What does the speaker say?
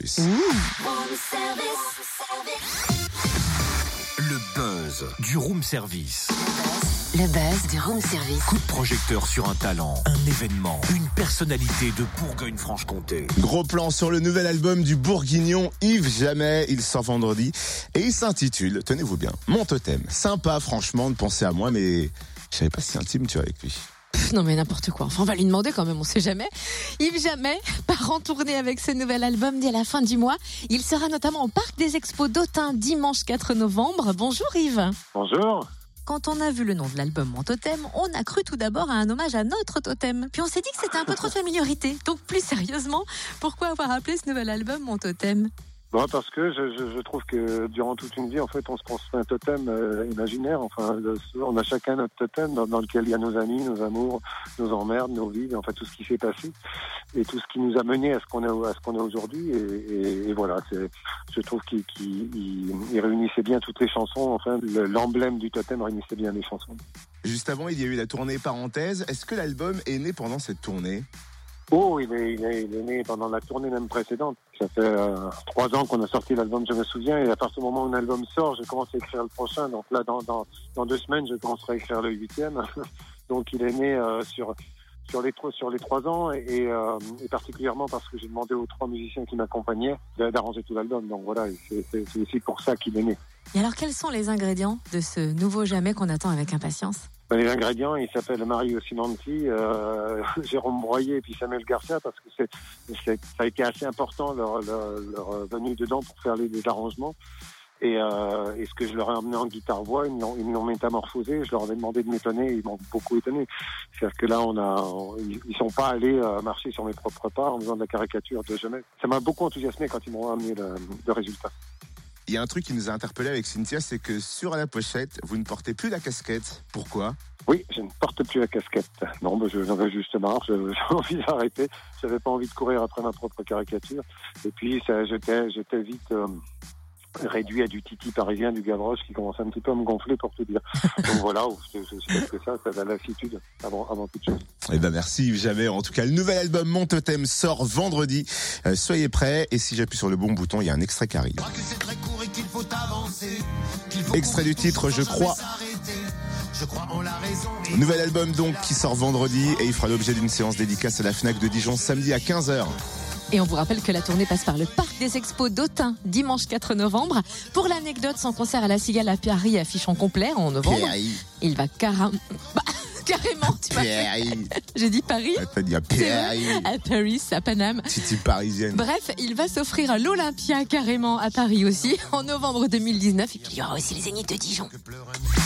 Le buzz du room service. Le buzz du room service. Coup de projecteur sur un talent, un événement, une personnalité de Bourgogne-Franche-Comté. Gros plan sur le nouvel album du Bourguignon Yves Jamais. Il sort vendredi et il s'intitule, tenez-vous bien, Mon Totem. Sympa franchement de penser à moi, mais je savais pas si intime tu es avec lui. Non mais n'importe quoi, enfin on va lui demander quand même, on sait jamais. Yves Jamais part en tournée avec ce nouvel album dès la fin du mois. Il sera notamment au Parc des Expos d'Autun dimanche 4 novembre. Bonjour Yves. Bonjour. Quand on a vu le nom de l'album Mon Totem, on a cru tout d'abord à un hommage à notre totem. Puis on s'est dit que c'était un peu trop de familiarité. Donc plus sérieusement, pourquoi avoir appelé ce nouvel album Mon Totem ? Bon, parce que je trouve que durant toute une vie, en fait, on se construit un totem imaginaire. Enfin, on a chacun notre totem dans lequel il y a nos amis, nos amours, nos emmerdes, nos vies, enfin tout ce qui s'est passé et tout ce qui nous a mené à ce qu'on est aujourd'hui. Et voilà, je trouve qu'il réunissait bien toutes les chansons. Enfin, l'emblème du totem réunissait bien les chansons. Juste avant, il y a eu la tournée Parenthèse. Est-ce que l'album est né pendant cette tournée ? Oh, il est né pendant la tournée même précédente. Ça fait 3 ans qu'on a sorti l'album, je me souviens, et à partir du moment où un album sort, je commence à écrire le prochain. Donc là, dans 2 semaines, je commencerai à écrire le 8e. Donc il est né sur les 3 ans et particulièrement parce que j'ai demandé aux 3 musiciens qui m'accompagnaient d'arranger tout l'album. Donc voilà, c'est aussi pour ça qu'il est né. Et alors quels sont les ingrédients de ce nouveau Jamais qu'on attend avec impatience ? Les ingrédients, ils s'appellent Mario Simonti, Jérôme Broyer et puis Samuel Garcia, parce que ça a été assez important leur venue dedans pour faire les arrangements. Et ce que je leur ai emmené en guitare-voix, ils l'ont métamorphosé. Je leur ai demandé de m'étonner, ils m'ont beaucoup étonné. C'est-à-dire que là, ils sont pas allés marcher sur mes propres pas en faisant de la caricature de Jamais. Ça m'a beaucoup enthousiasmé quand ils m'ont amené le résultat. Il y a un truc qui nous a interpellé avec Cynthia, c'est que sur la pochette, vous ne portez plus la casquette. Pourquoi ? Oui, je ne porte plus la casquette. Non, j'en avais juste marre. J'ai envie d'arrêter. J'avais pas envie de courir après ma propre caricature. Et puis, j'étais vite réduit à du titi parisien, du Gavroche qui commence un petit peu à me gonfler pour tout dire. Donc voilà, c'est que ça de la lassitude avant toute chose. Eh ben merci Yves Jamais. En tout cas, le nouvel album Mon Totem sort vendredi. Soyez prêts. Et si j'appuie sur le bon bouton, il y a un extrait qui arrive. Extrait du titre Je crois. Nouvel album donc qui sort vendredi et il fera l'objet d'une séance dédicace à la Fnac de Dijon samedi à 15h. Et on vous rappelle que la tournée passe par le Parc des Expos d'Autun, dimanche 4 novembre. Pour l'anecdote, son concert à la Cigale à Paris affiche en complet en novembre. Il va carrément, tu m'as fait... J'ai dit Paris. T'as dit à Paris. À Paris, à Paname. Titi parisienne. Bref, il va s'offrir à l'Olympia carrément à Paris aussi, en novembre 2019. Et puis il y aura aussi les Zéniths de Dijon.